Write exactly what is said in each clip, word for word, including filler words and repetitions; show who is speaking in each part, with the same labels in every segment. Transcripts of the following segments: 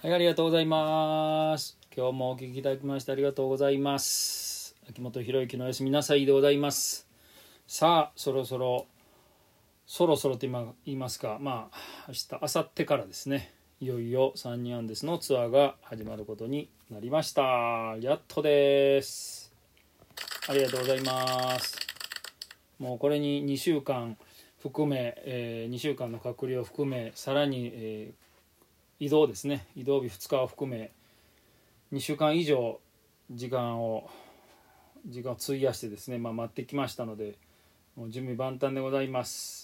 Speaker 1: はい、ありがとうございます。今日もお聞きいただきましてありがとうございます。秋元博之のおやすみなさいでございます。さあ、そろそろ、そろそろと今言いますか、まあ、明日、明後日からですね、いよいよサンニアンデスのツアーが始まることになりました。やっとです。ありがとうございます。もうこれににしゅうかん含め、えー、にしゅうかんの隔離を含め、さらに、えー移動ですね、移動日ふつかを含めにしゅうかん以上時間を時間を費やしてですね、まあ、待ってきましたので、もう準備万端でございます。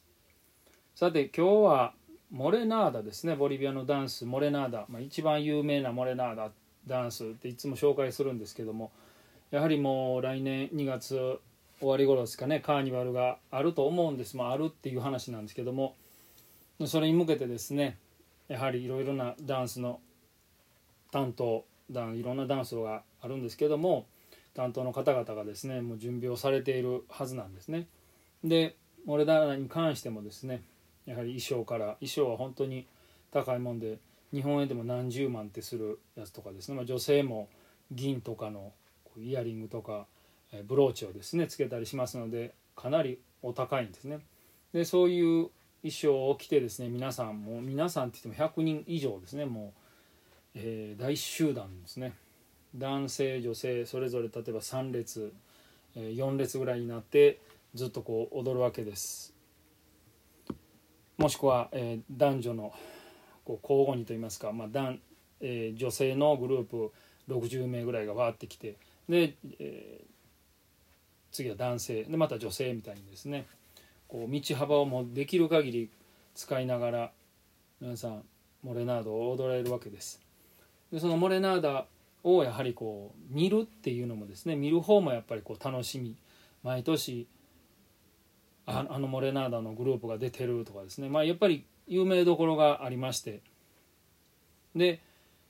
Speaker 1: さて今日はモレナーダですね、ボリビアのダンスモレナーダ、まあ、一番有名なモレナーダダンスっていつも紹介するんですけども、やはりもう来年にがつ終わり頃ですかね、カーニバルがあると思うんです。まあ、あるっていう話なんですけども、それに向けてですね、やはりいろいろなダンスの担当いろんなダンスがあるんですけども、担当の方々がですねもう準備をされているはずなんですね。でモレナーダに関してもですね、やはり衣装から衣装は本当に高いもんで、日本円でも何十万ってするやつとかですね、まあ、女性も銀とかのイヤリングとかブローチをですねつけたりしますので、かなりお高いんですね。でそういう衣装を着てですね、皆さんもう皆さんって言ってもひゃくにん以上ですね、もう、えー、大集団ですね、男性女性それぞれ例えばさん列、えー、よん列ぐらいになってずっとこう踊るわけです。もしくは、えー、男女のこう交互にといいますか、まあ男えー、女性のグループろくじゅうめいぐらいがわーってきて、で、えー、次は男性でまた女性みたいにですね、こう道幅をもできる限り使いながら皆さんモレナードを踊られるわけです。でそのモレナーダをやはりこう見るっていうのもですね、見る方もやっぱりこう楽しみ、毎年 あ, あのモレナーダのグループが出てるとかですね、まあ、やっぱり有名どころがありまして、で、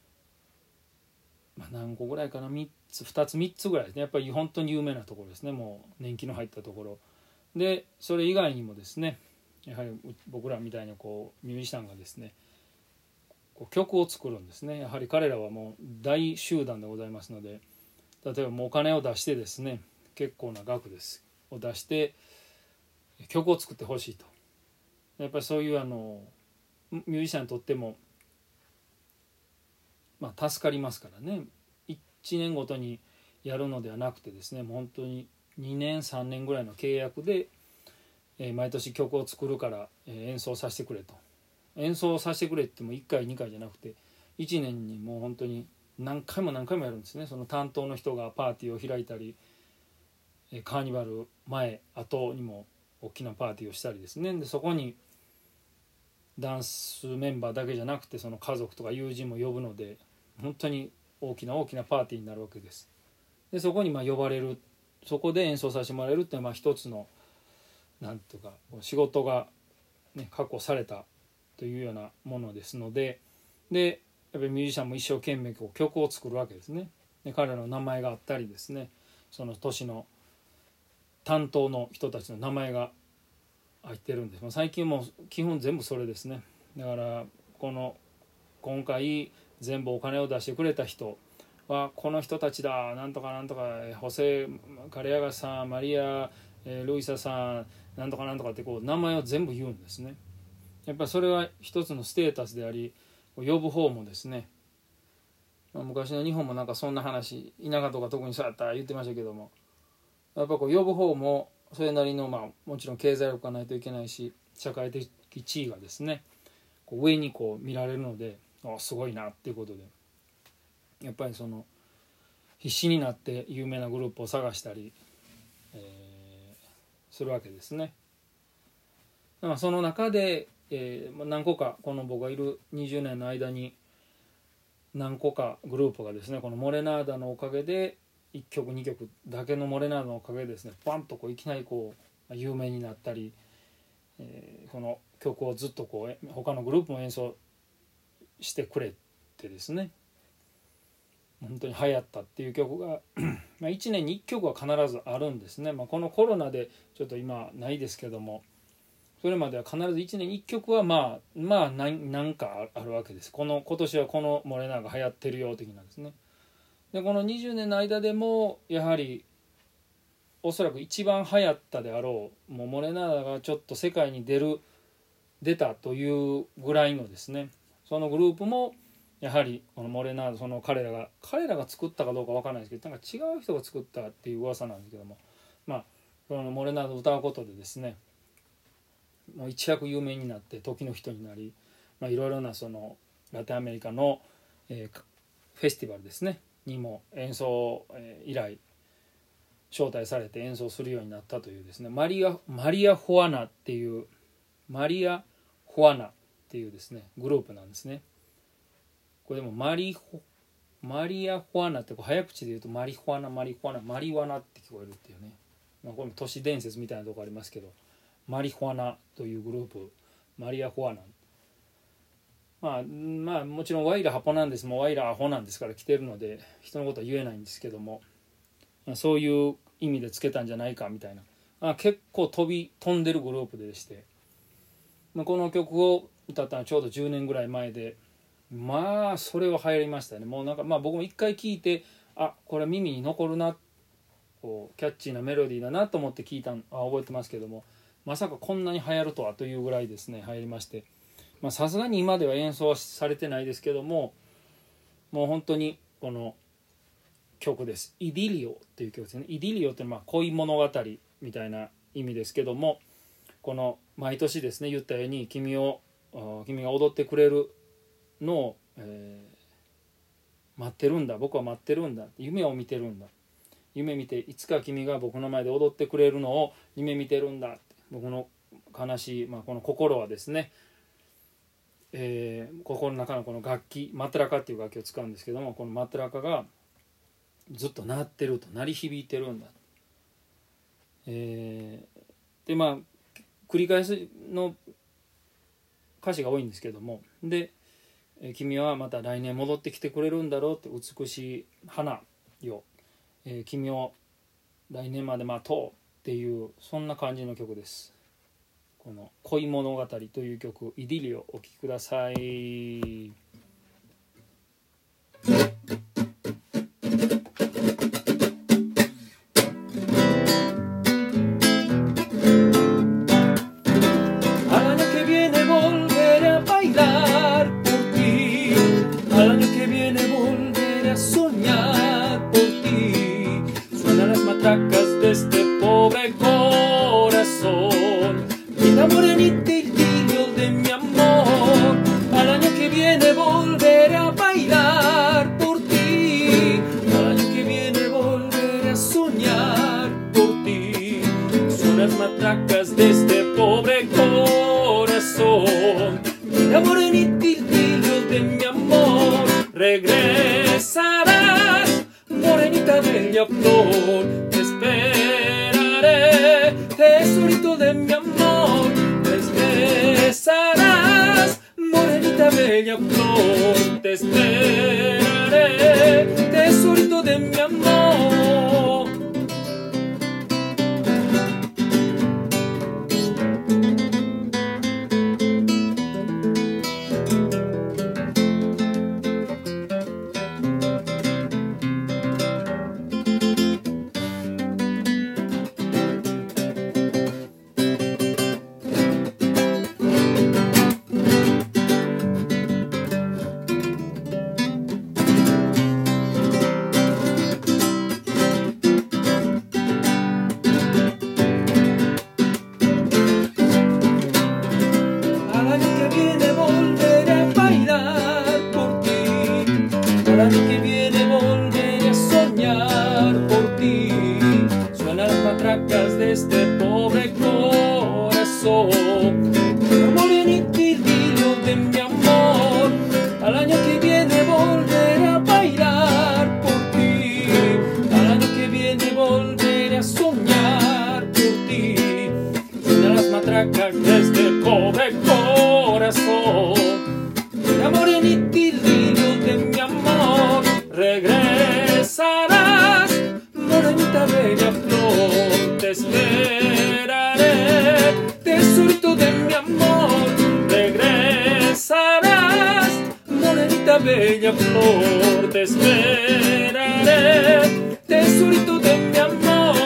Speaker 1: まあ、何個ぐらいかな、みっつふたつみっつぐらいですね、やっぱり本当に有名なところですね、もう年季の入ったところで、それ以外にもですね、やはり僕らみたいなこうミュージシャンがですねこう曲を作るんですね。やはり彼らはもう大集団でございますので、例えばもうお金を出してですね、結構な額ですを出して曲を作ってほしいと、やっぱりそういうあのミュージシャンにとっても、まあ、助かりますからね。いちねんごとにやるのではなくてですね、もう本当ににねんさんねんぐらいの契約でえー、毎年曲を作るから、えー、演奏させてくれと、演奏させてくれってもいっかいにかいじゃなくていちねんにもう本当に何回も何回もやるんですね。その担当の人がパーティーを開いたり、えー、カーニバル前後にも大きなパーティーをしたりですね、でそこにダンスメンバーだけじゃなくてその家族とか友人も呼ぶので、本当に大きな大きなパーティーになるわけです。でそこにまあ呼ばれる、そこで演奏させてもらえるっていうのはまあ一つのなんとか仕事が、ね、確保されたというようなものですので、でやっぱりミュージシャンも一生懸命こう曲を作るわけですね。で彼らの名前があったりですね、その年の担当の人たちの名前が入ってるんです。最近も基本全部それですね。だからこの今回全部お金を出してくれた人はこの人たちだ、なんとかなんとかホセ・カレアガさん、マリア・ルイサさん、なんとかなんとかってこう名前を全部言うんですね。やっぱりそれは一つのステータスであり、呼ぶ方もですね、昔の日本もなんかそんな話、田舎とか特にそうやったら言ってましたけども、やっぱこう呼ぶ方もそれなりの、まあもちろん経済力がないといけないし、社会的地位がですねこう上にこう見られるので、あすごいなっていうことで、やっぱりその必死になって有名なグループを探したり、えー、するわけですね。まあ、その中で、えー、何個かこの僕がいるにじゅうねんの間に何個かグループがですね、このモレナーダのおかげでいっきょくにきょくだけのモレナーダのおかげでですね、バンとこういきなりこう有名になったり、えー、この曲をずっとこう他のグループも演奏してくれてですね、本当に流行ったっていう曲がまあいちねんにいっきょくは必ずあるんですね。まあ、このコロナでちょっと今ないですけども、 それまでは必ずいちねんにいっきょくはまあまあ何何かあるわけです。この今年はこのモレナが流行ってるよ的なんですね。でこのにじゅうねんの間でもやはりおそらく一番流行ったであろう、もうモレナーダがちょっと世界に出る出たというぐらいのですね、そのグループもやはりこのモレナーダ、その彼らが彼らが作ったかどうか分からないですけど、なんか違う人が作ったっていう噂なんですけども、まあこのモレナーダを歌うことでですね、もう一躍有名になって時の人になり、まあ、いろいろなそのラテンアメリカの、えー、フェスティバルですねにも演奏、えー、以来招待されて演奏するようになったというですね、マリアマリア・フォアナっていうマリア・フォアナっていうですねグループなんですね。これでもマリマリア・フォアナってこう早口で言うとマリフォアナマリフォアナマリワナって聞こえるっていうね、まあ、これも都市伝説みたいなとこありますけど、マリフォアナというグループ、マリア・フォアナ、まあまあもちろんワイラハポなんです、もうワイラアホなんですから来てるので人のことは言えないんですけども、そういう意味でつけたんじゃないかみたいな、まあ、結構飛び飛んでるグループでして、まあ、この曲を歌ったのはちょうどじゅうねんぐらい前で、まあそれは流行りましたね。もうなんかまあ僕も一回聞いて、あこれ耳に残るな、こうキャッチーなメロディーだなと思って聞いたのあ覚えてますけども、まさかこんなに流行るとはというぐらいですね流行りまして、さすがに今では演奏はされてないですけども、もう本当にこの曲です。イディリオっていう曲ですね。イディリオってまあ恋物語みたいな意味ですけども、この毎年ですね言ったように君を君が踊ってくれるのを、えー、待ってるんだ、僕は待ってるんだ、夢を見てるんだ、夢見ていつか君が僕の前で踊ってくれるのを夢見てるんだって、僕の悲しい、まあ、この心はですね、えー、心の中のこの楽器マトラカっていう楽器を使うんですけども、このマトラカがずっと鳴ってると、鳴り響いてるんだ、えー、でまあ繰り返しの歌詞が多いんですけども、で君はまた来年戻ってきてくれるんだろうって、美しい花よ、えー、君を来年まで待とうっていう、そんな感じの曲です。この恋物語という曲、イディリオお聴きください。
Speaker 2: Matracas de este pobre corazón, mi morenita y brillo de mi amor, regresarás, morenita bella flor, te esperaré, tesorito de mi amor, regresarás, morenita bella flor, te esperaré, tesorito de mi amor. El año que viene volveré a soñar por ti. Suenan las matracas de este pobre corazón. Morenita y brillo de mi amor. Al año que viene volveré a bailar por ti. Al año que viene volveré a soñar por ti. Suenan las matracas de este pobre corazón. La morenita y brillo de mi amor, regresarás, morenita bella flor, te esperaré, tesorito de amor, te esperaré, tesorito de mi amor.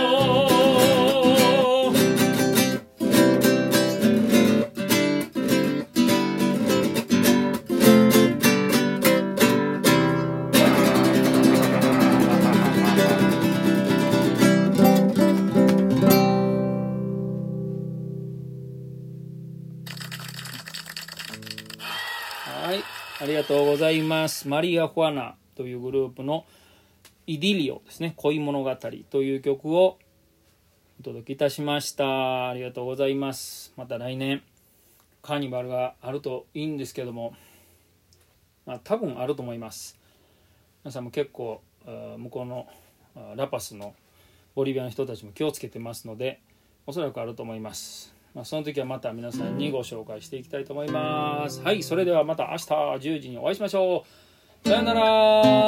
Speaker 1: はい、ありがとうございます。マリア・ファナというグループのイディリオですね、恋物語という曲をお届けいたしました。ありがとうございます。また来年カーニバルがあるといいんですけども、まあ、多分あると思います。皆さんも結構向こうのラパスのボリビアの人たちも気をつけてますので、おそらくあると思います。まあ、その時はまた皆さんにご紹介していきたいと思います。はい、それではまた明日じゅうじにお会いしましょう。さよなら。